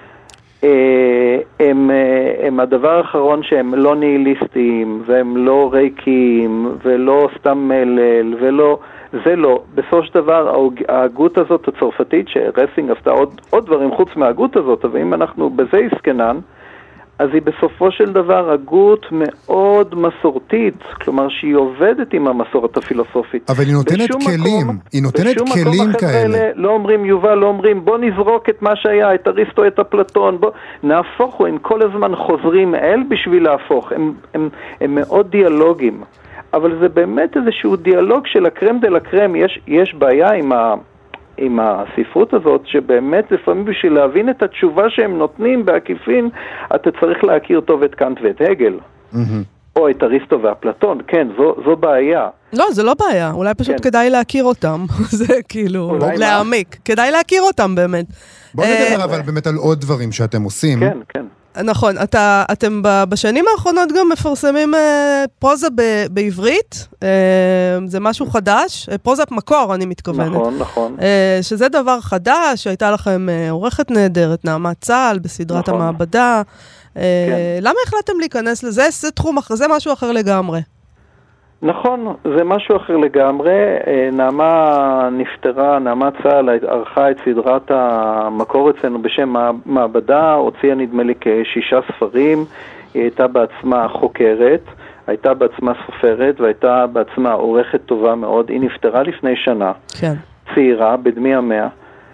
הם, הם הדבר האחרון שהם לא ניהיליסטיים, והם לא ריקים, ולא סתם מלל, ולא... זה לא. בסופו של דבר, ההגות הזאת הצרפתית, שרסינג עשתה עוד, עוד דברים חוץ מההגות הזאת, אבל אם אנחנו בזה עסקנן, אז היא בסופו של דבר הגות מאוד מסורתית, כלומר שהיא עובדת עם המסורת הפילוסופית. אבל היא נותנת כלים, מקום, היא נותנת כלים כאלה. לא אומרים יובל, לא אומרים בוא נזרוק את מה שהיה, את אריסטו, את אפלטון, בוא נהפוך, הם כל הזמן חוזרים אל בשביל להפוך, הם, הם, הם מאוד דיאלוגים. אבל זה באמת איזשהו דיאלוג של הקרם דה לקרם, יש, יש בעיה עם, ה, עם הספרות הזאת, שבאמת לפעמים בשביל להבין את התשובה שהם נותנים בעקיפין, אתה צריך להכיר טוב את קאנט ואת הגל. Mm-hmm. או את אריסטו ואפלטון, כן, זו, זו בעיה. לא, זה לא בעיה, אולי פשוט כן. כדאי להכיר אותם, זה כאילו, להעמיק, מה? כדאי להכיר אותם באמת. בוא נדבר אבל באמת על עוד דברים שאתם עושים. כן, כן. נכון, אתה, אתם בשנים האחרונות גם מפרסמים אה, פרוזה ב, בעברית, אה, זה משהו חדש, אה, פרוזה מקור אני מתכוונת. נכון, נכון. אה, שזה דבר חדש, שהייתה לכם אה, עורכת נהדרת, נעמת צהל, בסדרת נכון. המעבדה. אה, כן. למה החלטתם להיכנס לזה? זה תחום אחר, זה משהו אחר לגמרי. נכון, זה משהו אחר לגמרי. נעמה נפטרה, נעמה צהל ערכה את סדרת המקור אצלנו בשם מעבדה, הוציאה נדמה לי כשישה ספרים, היא הייתה בעצמה חוקרת, הייתה בעצמה סופרת והייתה בעצמה עורכת טובה מאוד. היא נפטרה לפני שנה, כן. צעירה, בדמי המאה,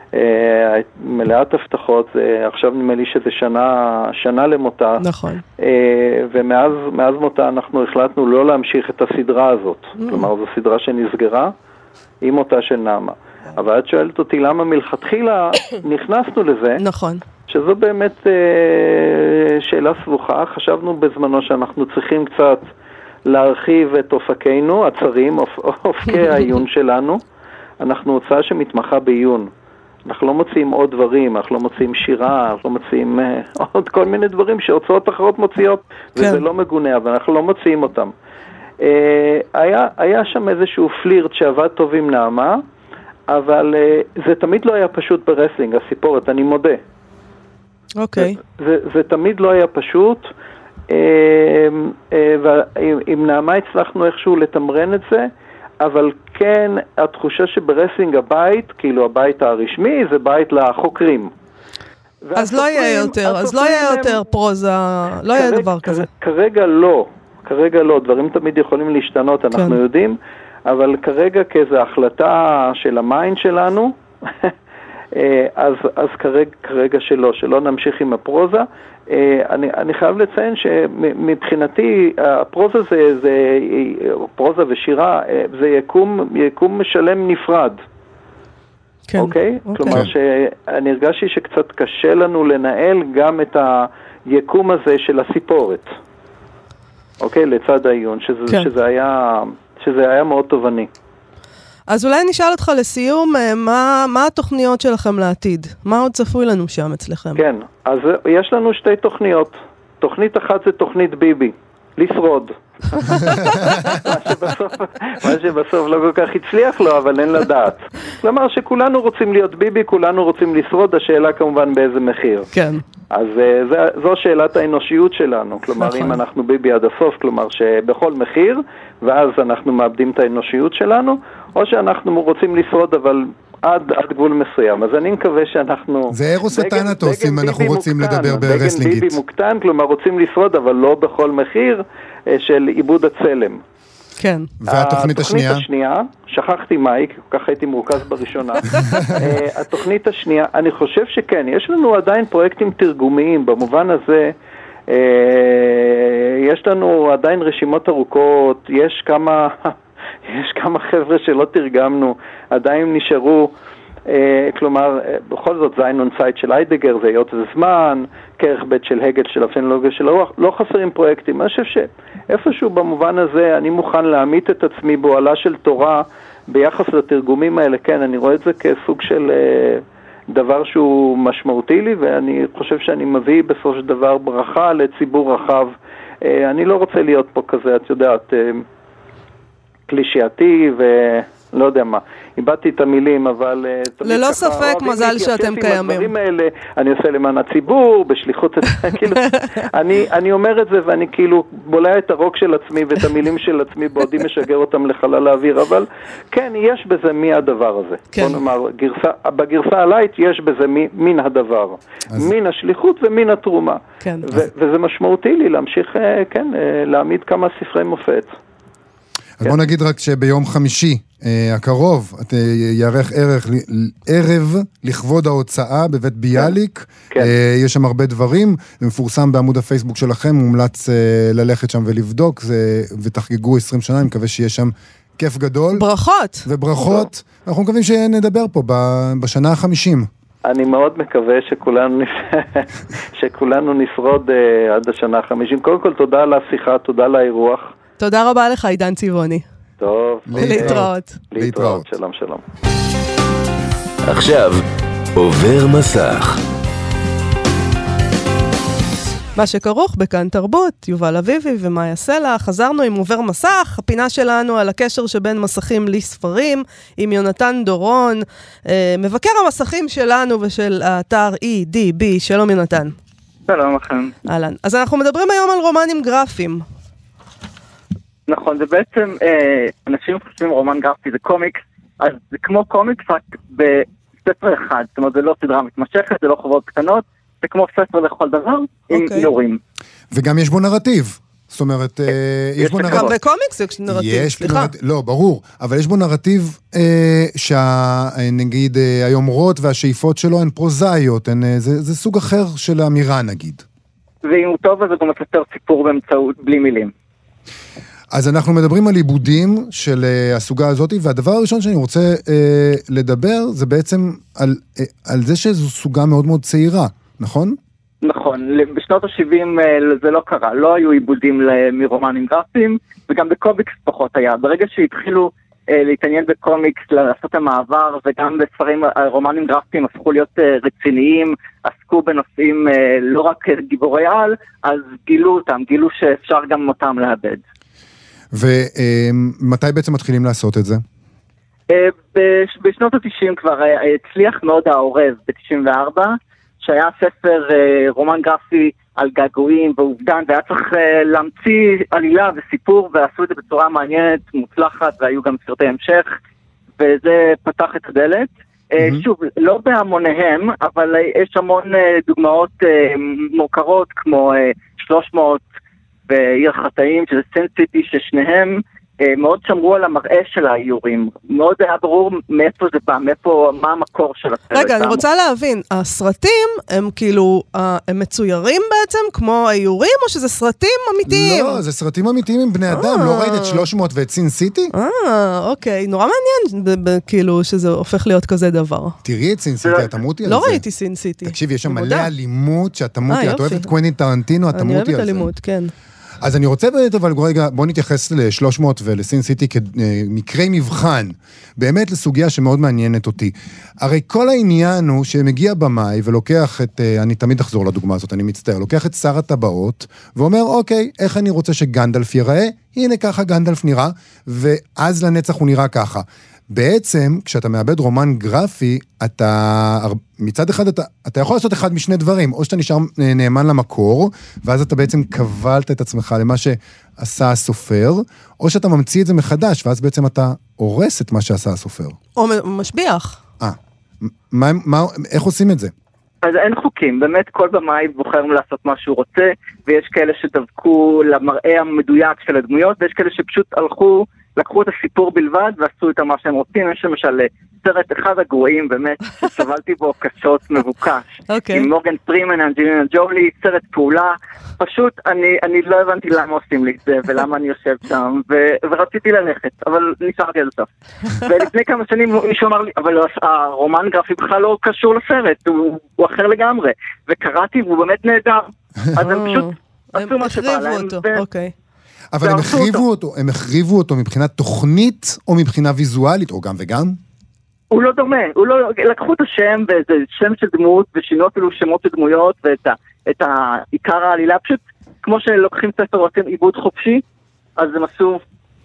מלאת הבטחות, עכשיו נדמה לי שזה שנה, שנה למותה. נכון. ומאז מאז מותה אנחנו החלטנו לא להמשיך את הסדרה הזאת. Mm. כלומר, זו סדרה שנסגרה עם מותה של נעמה. אבל את שואלת אותי למה מלכתחילה נכנסנו לזה. נכון. שזו באמת שאלה סבוכה. חשבנו בזמנו שאנחנו צריכים קצת להרחיב את אופקינו, הצרים, אופקי העיון שלנו. אנחנו הוצאה שמתמחה בעיון. אנחנו לא מוצאים עוד דברים, אנחנו לא מוצאים שירה, אנחנו לא מוצאים uh, עוד כל מיני דברים שהוצאות אחרות מוציאות, כן. וזה לא מגונה, אבל אנחנו לא מוציאים אותם. Uh, היה, היה שם איזשהו פלירט שעבד טוב עם נעמה, אבל uh, זה תמיד לא היה פשוט ברסלינג, הסיפורת, אני מודה. אוקיי. Okay. זה, זה, זה תמיד לא היה פשוט, uh, uh, ועם נעמה הצלחנו איכשהו לתמרן את זה, אבל כן, התחושה שברסלינג הבית, כאילו הבית הרשמי, זה בית לחוקרים. אז לא יהיה יותר, אז לא יהיה יותר פרוזה, לא יהיה דבר כזה. כרגע לא, כרגע לא, דברים תמיד יכולים להשתנות, אנחנו יודעים, אבל כרגע כאיזו החלטה של המיינד שלנו, אז, אז כרגע, כרגע שלא, שלא נמשיך עם הפרוזה. אני, אני חייב לציין שמבחינתי הפרוזה זה, זה, פרוזה ושירה, זה יקום, יקום משלם נפרד. כן. אוקיי? אוקיי. כלומר שאני הרגשתי שקצת קשה לנו לנהל גם את היקום הזה של הסיפורת. אוקיי? לצד העיון, שזה, כן. שזה היה, שזה היה מאוד תובעני. אז אולי נשאל אותך לסיום, מה, מה התוכניות שלכם לעתיד? מה עוד צפוי לנו שם אצלכם? כן, אז יש לנו שתי תוכניות. תוכנית אחת זה תוכנית ביבי, לשרוד. מה שבסוף, מה שבסוף לא כל כך הצליח לו, אבל אין לדעת. כלומר שכולנו רוצים להיות ביבי, כולנו רוצים לשרוד, השאלה כמובן באיזה מחיר. כן. אז זה, זו שאלת האנושיות שלנו, כלומר נכון. אם אנחנו ביבי עד הסוף, כלומר שבכל מחיר, ואז אנחנו מאבדים את האנושיות שלנו, או שאנחנו רוצים לשרוד אבל עד, עד גבול מסוים. אז אני מקווה שאנחנו... זה אירוס וטנטוס אם אנחנו רוצים מוקטן, לדבר ברסלינגית. דגן ביבי מוקטן, כלומר רוצים לשרוד אבל לא בכל מחיר של עיבוד הצלם. כן. והתוכנית השנייה? התוכנית השנייה, שכחתי מהי, ככה הייתי מורכז בראשונה. התוכנית השנייה, אני חושב שכן, יש לנו עדיין פרויקטים תרגומיים, במובן הזה, יש לנו עדיין רשימות ארוכות, יש כמה, יש כמה חבר'ה שלא תרגמנו, עדיין נשארו, כלומר, בכל זאת זיינון צייט של איידגר, זה היות וזמן, כרך בית של הגל של הפנולוגיה של הרוח, לא חסרים פרויקטים. אני חושב שאיפשהו במובן הזה אני מוכן להעמיד את עצמי בועלה של תורה ביחס לתרגומים האלה. כן, אני רואה את זה כסוג של דבר שהוא משמעותי לי, ואני חושב שאני מביא בסופו של דבר ברכה לציבור רחב. אני לא רוצה להיות פה כזה, את יודעת, קלישאתי ו... לא יודע מה, איבדתי את המילים, אבל... ללא ספק, מזל שאתם קיימים. האלה, אני עושה למען הציבור, בשליחות... כאילו, אני, אני אומר את זה, ואני כאילו בולע את הרוק של עצמי ואת המילים של עצמי, בעודי משגר אותם לחלל האוויר, אבל כן, יש בזה מי הדבר הזה. כן. בוא נאמר, גרסה, בגרסה הלייט יש בזה מי, מין הדבר. אז... מין השליחות ומין התרומה. כן. ו- אז... וזה משמעותי לי להמשיך, כן, להעמיד כמה ספרי מופת. אז בוא נגיד רק שביום חמישי הקרוב יערך ערב לכבוד ההוצאה בבית ביאליק, יש שם הרבה דברים, זה מפורסם בעמוד הפייסבוק שלכם, מומלץ ללכת שם ולבדוק ותחגגו עשרים שנה, אני מקווה שיש שם כיף גדול. ברכות. וברכות, אנחנו מקווים שנדבר פה בשנה החמישים. אני מאוד מקווה שכולנו, שכולנו נשרוד עד השנה החמישים. קודם כל תודה על השיחה, תודה על האירוח. תודה רבה לך, עידן צבעוני. טוב. להתראות. להתראות. שלום, שלום. עכשיו, עובר מסך. מה שכרוך בכאן תרבות, יובל אביבי ומאיה סלע. חזרנו עם עובר מסך, הפינה שלנו על הקשר שבין מסכים לספרים, עם יונתן דורון, מבקר המסכים שלנו ושל האתר אי די בי. שלום יונתן. שלום לכם. אהלן. אז אנחנו מדברים היום על רומנים גרפיים. נכון, זה בעצם, אה, אנשים חושבים רומן גרפי זה קומיקס, אז זה כמו קומיקס רק בספר אחד, זאת אומרת זה לא סדרה מתמשכת, זה לא חוברות קטנות, זה כמו ספר לכל דבר, עם איורים. וגם יש בו נרטיב, זאת אומרת, אה, יש בו נרטיב. גם בקומיקס יש נרטיב, סליחה. לא, ברור, אבל יש בו נרטיב אה, שנגיד אה, היומרות והשאיפות שלו הן פרוזאיות, הן, אה, זה, זה סוג אחר של אמירה נגיד. ואם הוא טוב, אז הוא גם מספר סיפור באמצעות, בלי מילים. אז אנחנו מדברים על עיבודים של uh, הסוגה הזאת, והדבר הראשון שאני רוצה uh, לדבר, זה בעצם על, uh, על זה שזו סוגה מאוד מאוד צעירה, נכון? נכון, בשנות ה-שבעים זה לא קרה, לא היו עיבודים מרומנים גרפיים, וגם בקומיקס פחות היה. ברגע שהתחילו להתעניין בקומיקס, לעשות המעבר, וגם בספרים, רומנים גרפיים הפכו להיות רציניים, עסקו בנושאים לא רק גיבורי על, אז גילו אותם, גילו שאפשר גם אותם לאבד. ומתי בעצם מתחילים לעשות את זה? בשנות ה-תשעים כבר הצליח מאוד העורב ב-תשעים וארבע, שהיה ספר רומן גרפי על געגועים ואובדן, והיה צריך להמציא עלילה וסיפור, ועשו את זה בצורה מעניינת, מוצלחת, והיו גם סרטי המשך, וזה פתח את הדלת. Mm-hmm. שוב, לא בהמוניהם, אבל יש המון דוגמאות מוכרות, כמו שלוש מאות ועיר חטאים, שזה סין סיטי, ששניהם מאוד שמרו על המראה של האיורים. מאוד היה ברור מאיפה זה בא, מאיפה, מה המקור של הסרט. רגע, אני רוצה להבין, הסרטים הם כאילו, הם מצוירים בעצם כמו האיורים, או שזה סרטים אמיתיים? לא, זה סרטים אמיתיים עם בני אדם. לא ראית את שלוש מאות ואת סין סיטי? אה, אוקיי. נורא מעניין, כאילו, שזה הופך להיות כזה דבר. תראי את סין סיטי, את אמותי על זה. לא ראיתי סין סיטי. תקשיב, יש שם מלא אלימות שאת אמותי, את אוהבת קוונטין טרנטינו, את אמותי על זה. אני אוהבת אלימות, כן. אז אני רוצה באמת, אבל רגע, בוא נתייחס ל-שלוש מאות ולסין סיטי כמקרי מבחן, באמת לסוגיה שמאוד מעניינת אותי. הרי כל העניין הוא שמגיע במאי ולוקח את, אני תמיד אחזור לדוגמה הזאת, אני מצטער, לוקח את שר הטבעות ואומר, אוקיי, איך אני רוצה שגנדלף ייראה? הנה ככה גנדלף נראה, ואז לנצח הוא נראה ככה. בעצם, כשאתה מאבד רומן גרפי, אתה, מצד אחד, אתה, אתה יכול לעשות אחד משני דברים, או שאתה נשאר נאמן למקור, ואז אתה בעצם קבלת את עצמך למה שעשה הסופר, או שאתה ממציא את זה מחדש, ואז בעצם אתה הורס את מה שעשה הסופר. או משביח. אה, מה, מה, איך עושים את זה? אז אין חוקים, באמת כל במאי בוחר לעשות מה שהוא רוצה, ויש כאלה שדבקו למראה המדויק של הדמויות, ויש כאלה שפשוט הלכו, לקחו את הסיפור בלבד ועשו את מה שהם רוצים. יש למשל סרט אחד הגרועים באמת שסבלתי בו קשות מבוקש, okay. עם מורגן פרימן, אנג'לינה ג'ולי, סרט פעולה, פשוט אני, אני לא הבנתי למה עושים לי את זה ולמה אני יושב שם, ו- ורציתי ללכת, אבל נשארתי עד הסוף. ולפני כמה שנים מישהו אמר לי, אבל הרומן גרפי בכלל לא קשור לסרט, הוא, הוא אחר לגמרי, וקראתי והוא באמת נהדר, אז הם פשוט עשו מה שבא להם. אוקיי. אבל הם החריבו אותו, הם החריבו אותו מבחינת תוכנית או מבחינה ויזואלית, או גם וגם? הוא לא דומה, הוא לא, לקחו את השם, וזה שם של דמות, ושינו אפילו שמות של דמויות, ואת ה, את העיקר העלילה, פשוט כמו שלוקחים ספר ועושים עיבוד חופשי, אז הם עשו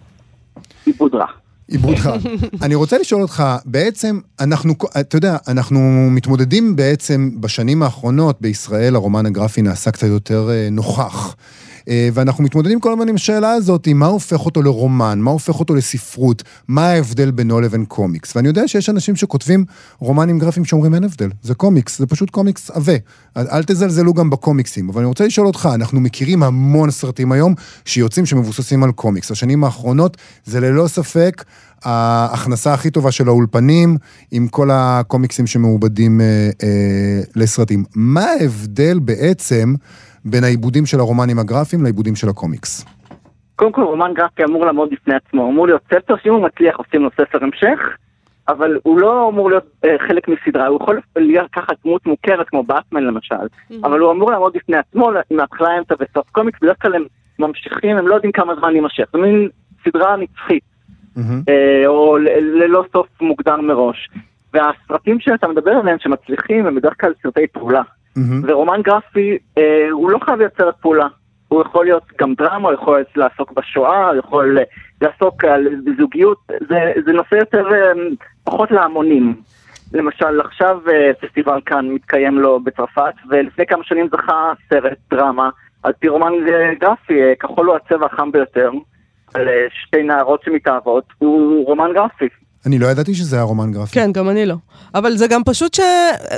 עיבוד רע. עיבוד רע. אני רוצה לשאול אותך, בעצם, אנחנו, אתה יודע, אנחנו מתמודדים בעצם בשנים האחרונות בישראל, הרומן הגרפי נעשה קצת יותר נוכח. ואנחנו מתמודדים כל הזמן עם השאלה הזאת, מה הופך אותו לרומן, מה הופך אותו לספרות, מה ההבדל בינו לבין קומיקס. ואני יודע שיש אנשים שכותבים רומנים גרפיים שאומרים אין הבדל, זה קומיקס, זה פשוט קומיקס עווה. אל תזלזלו גם בקומיקסים, אבל אני רוצה לשאול אותך, אנחנו מכירים המון סרטים היום שיוצאים שמבוססים על קומיקס. השנים האחרונות זה ללא ספק ההכנסה הכי טובה של האולפנים, עם כל הקומיקסים שמעובדים אה, אה, לסרטים. מה ההבדל בעצם בין העיבודים של הרומנים הגרפיים לעיבודים של הקומיקס? קודם כל, רומן גרפי אמור לעמוד בפני עצמו, אמור להיות ספר, שאם הוא מצליח עושים לו ספר המשך, אבל הוא לא אמור להיות אה, חלק מסדרה, הוא יכול לקחת דמות מוכרת כמו באטמן למשל, mm-hmm. אבל הוא אמור לעמוד בפני עצמו, מהתחלה אמצע וסוף. קומיקס בדרך כלל הם ממשיכים, הם לא יודעים כמה זמן להימשך, זה מין סדרה נצחית, mm-hmm. אה, או ל- ללא סוף מוגדר מראש. והסרטים שאתה מדבר עליהם שמצליחים הם בדרך כלל סרטי פעולה. Mm-hmm. ורומן גרפי, אה, הוא לא חייב לייצר את פעולה. הוא יכול להיות גם דרמה, הוא יכול לעסוק בשואה, הוא יכול לעסוק על זוגיות. זה, זה נושא יותר אה, פחות להמונים. למשל, עכשיו אה, פסטיבל כאן מתקיים לו בצרפת, ולפני כמה שנים זכה סרט דרמה על פי רומן גרפי, אה, כחול הוא הצבע החם ביותר, על אה, שתי נערות שמתאהבות, הוא רומן גרפי. אני לא ידעתי שזה היה רומן גרפי. כן, גם אני לא. אבל זה גם פשוט ש...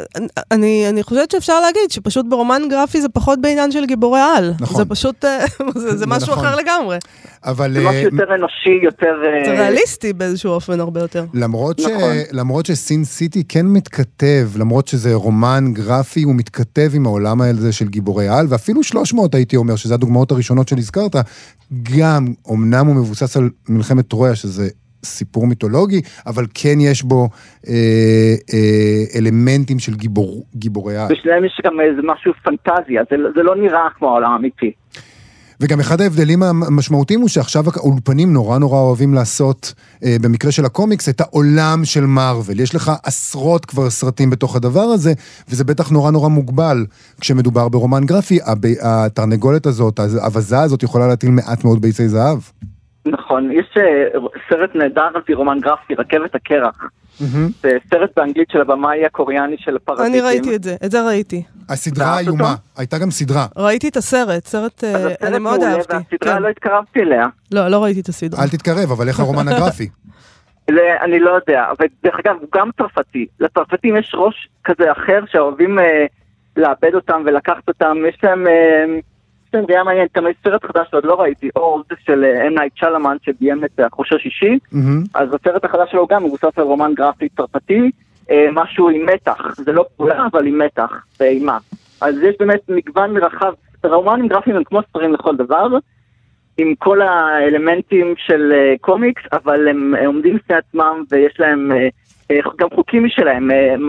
אני, אני חושבת שאפשר להגיד שפשוט ברומן גרפי זה פחות בעניין של גיבורי על. נכון. זה פשוט... זה, זה משהו נכון. אחר לגמרי. אבל... זה משהו יותר אנושי, יותר... זה ריאליסטי באיזשהו אופן הרבה יותר. למרות, נכון. ש... למרות שסין סיטי כן מתכתב, למרות שזה רומן גרפי, הוא מתכתב עם העולם הזה של גיבורי על, ואפילו שלוש מאות הייתי אומר, שזה הדוגמאות הראשונות שנזכרת, גם, אמנם הוא מבוסס על מלחמת טרויה, שזה... סיפור מיתולוגי, אבל כן יש בו אה, אה, אלמנטים של גיבור, גיבורי העל. בשלהם יש גם איזה משהו פנטזיה, זה, זה לא נראה כמו העולם האמיתי. וגם אחד ההבדלים המשמעותיים הוא שעכשיו האולפנים נורא נורא אוהבים לעשות, אה, במקרה של הקומיקס, את העולם של מארוול. יש לך עשרות כבר סרטים בתוך הדבר הזה, וזה בטח נורא נורא מוגבל. כשמדובר ברומן גרפי, התרנגולת הזאת, האבזה הזאת יכולה להטיל מעט מאוד ביצי זהב. נכון, יש סרט נהדר על פי רומן גרפי, רכבת הקרח. זה סרט באנגלית של הבמאי הקוריאני של פרזיטים. אני ראיתי את זה, את זה ראיתי. הסדרה איומה, הייתה גם סדרה. ראיתי את הסרט, סרט, אני מאוד אהבתי. והסדרה לא התקרבתי אליה. לא, לא ראיתי את הסדרה. אל תתקרב, אבל איך הרומן הגרפי? אני לא יודע, אבל דרך אגב, הוא גם צרפתי. לצרפתים יש ראש כזה אחר שאוהבים לאבד אותם ולקחת אותם. יש להם... יש להם ראייה מעניינת, גם יש סרט חדש שעוד לא ראיתי, אורד של אם נייט שלמן שביים את החוש השישי, אז הסרט החדש שלו גם מבוסס על רומן גרפי צרפתי, משהו עם מתח, זה לא פעולה אבל עם מתח ואימה. אז יש באמת מגוון רחב, רומנים גרפיים הם כמו ספרים לכל דבר, עם כל האלמנטים של קומיקס, אבל הם עומדים לפני עצמם ויש להם גם חוקים משלהם,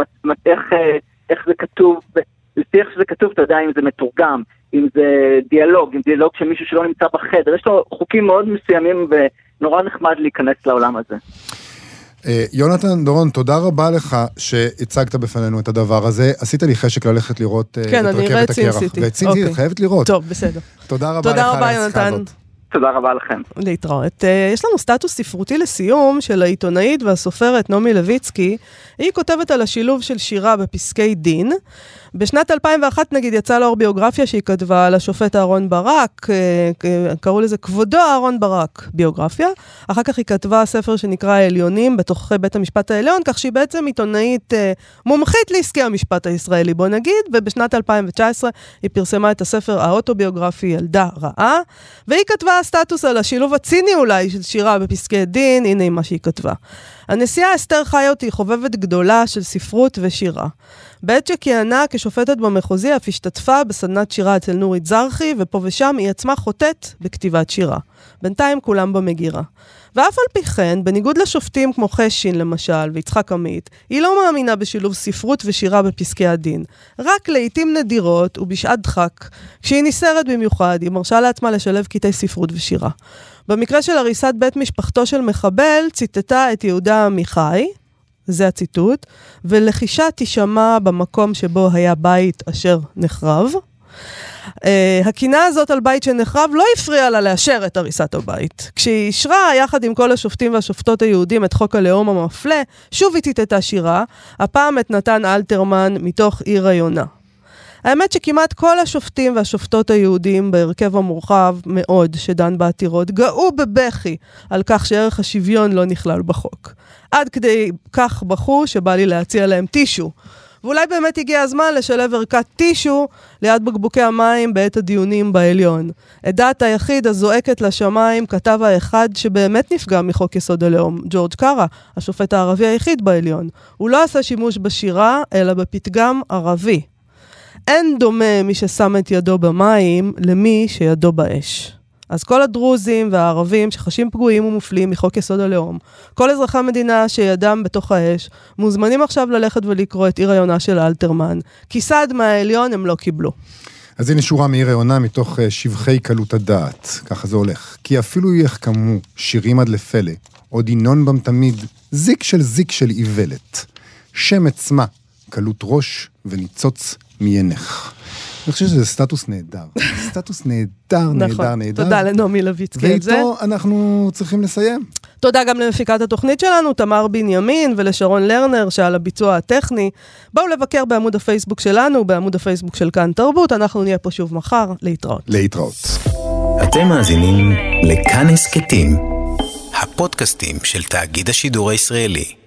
איך זה כתוב, לפי איך שזה כתוב, אתה יודע אם זה מתורגם, אם זה דיאלוג, אם דיאלוג שמישהו שלא נמצא בחדר, יש לו חוקים מאוד מסוימים ונורא נחמד להיכנס לעולם הזה. יונתן דורון, תודה רבה לך שהצגת בפנינו את הדבר הזה. עשית לי חשק ללכת לראות את רכבת הקרח. ואת סינטי, את חייבת לראות. טוב, בסדר. תודה רבה לך על השיחה הזאת. תודה רבה לכם. להתראות. יש לנו סטטוס ספרותי לסיום של העיתונאית והסופרת נעמי לויצקי. היא כותבת על השילוב של שירה בפסקי דין. בשנת אלפיים ואחת נגיד יצאה לאור ביוגרפיה שהיא כתבה על השופט אהרון ברק, קראו לזה כבודו אהרון ברק, ביוגרפיה. אחר כך היא כתבה ספר שנקרא העליונים בתוך בית המשפט העליון, כך שהיא בעצם עיתונאית מומחית לעסקי המשפט הישראלי, בוא נגיד, ובשנת אלפיים תשע עשרה היא פרסמה את הספר האוטוביוגרפי ילדה רעה, והיא כתבה סטטוס על השילוב הציני אולי של שירה בפסקי דין, הנה מה שהיא כתבה. הנשיאה אסתר חיות היא חובבת גדולה של ספרות ושירה. בעת שכיהנה כשופטת במחוזי אף השתתפה בסדנת שירה אצל נורית זרחי, ופה ושם היא עצמה חוטאת בכתיבת שירה. בינתיים כולם במגירה. ואף על פי כן, בניגוד לשופטים כמו חשין למשל ויצחק עמית, היא לא מאמינה בשילוב ספרות ושירה בפסקי הדין. רק לעתים נדירות ובשעת דחק, כשהיא ניסרת במיוחד, היא מרשה לעצמה לשלב קטעי ספרות ושירה. במקרה של הריסת בית משפחתו של מחבל, ציטטה את יהודה עמיחי, זה הציטוט, ולחישה תשמע במקום שבו היה בית אשר נחרב. Uh, הקינה הזאת על בית שנחרב לא הפריעה לה לאשר את הריסת הבית. כשהיא אישרה יחד עם כל השופטים והשופטות היהודים את חוק הלאום המפלה, שוב היא ציטטה שירה, הפעם את נתן אלתרמן מתוך עיר היונה. האמת שכמעט כל השופטים והשופטות היהודים בהרכב המורחב מאוד שדן בעתירות גאו בבכי על כך שערך השוויון לא נכלל בחוק. עד כדי כך בחו שבא לי להציע להם טישו. ואולי באמת הגיע הזמן לשלב ערכת טישו ליד בקבוקי המים בעת הדיונים בעליון. את דעת היחיד הזועקת לשמיים כתב האחד שבאמת נפגע מחוק יסוד הלאום, ג'ורג' קארה, השופט הערבי היחיד בעליון. הוא לא עשה שימוש בשירה, אלא בפתגם ערבי. אין דומה מי ששם את ידו במים למי שידו באש. אז כל הדרוזים והערבים שחשים פגועים ומופלים מחוק יסוד הלאום, כל אזרחי המדינה שידם בתוך האש, מוזמנים עכשיו ללכת ולקרוא את עיר היונה של אלתרמן, כי סעד מהעליון הם לא קיבלו. אז הנה שורה מעיר היונה מתוך שבחי קלות הדעת, ככה זה הולך. כי אפילו יחכמו שירים עד לפלא, עוד ינון בם תמיד זיק של זיק של איוולת. שם עצמה, קלות ראש וניצוץ מיינך. אני חושב שזה סטטוס נהדר. סטטוס נהדר, נהדר, נהדר. תודה לנעמי לויצקי את זה. ואיתו אנחנו צריכים לסיים. תודה גם למפיקת התוכנית שלנו, תמר בנימין, ולשרון לרנר שעל הביצוע הטכני. בואו לבקר בעמוד הפייסבוק שלנו, בעמוד הפייסבוק של כאן תרבות. אנחנו נהיה פה שוב מחר. להתראות. להתראות. אתם מאזינים לכאן הסכתים, הפודקאסטים של תאגיד השידור הישראלי.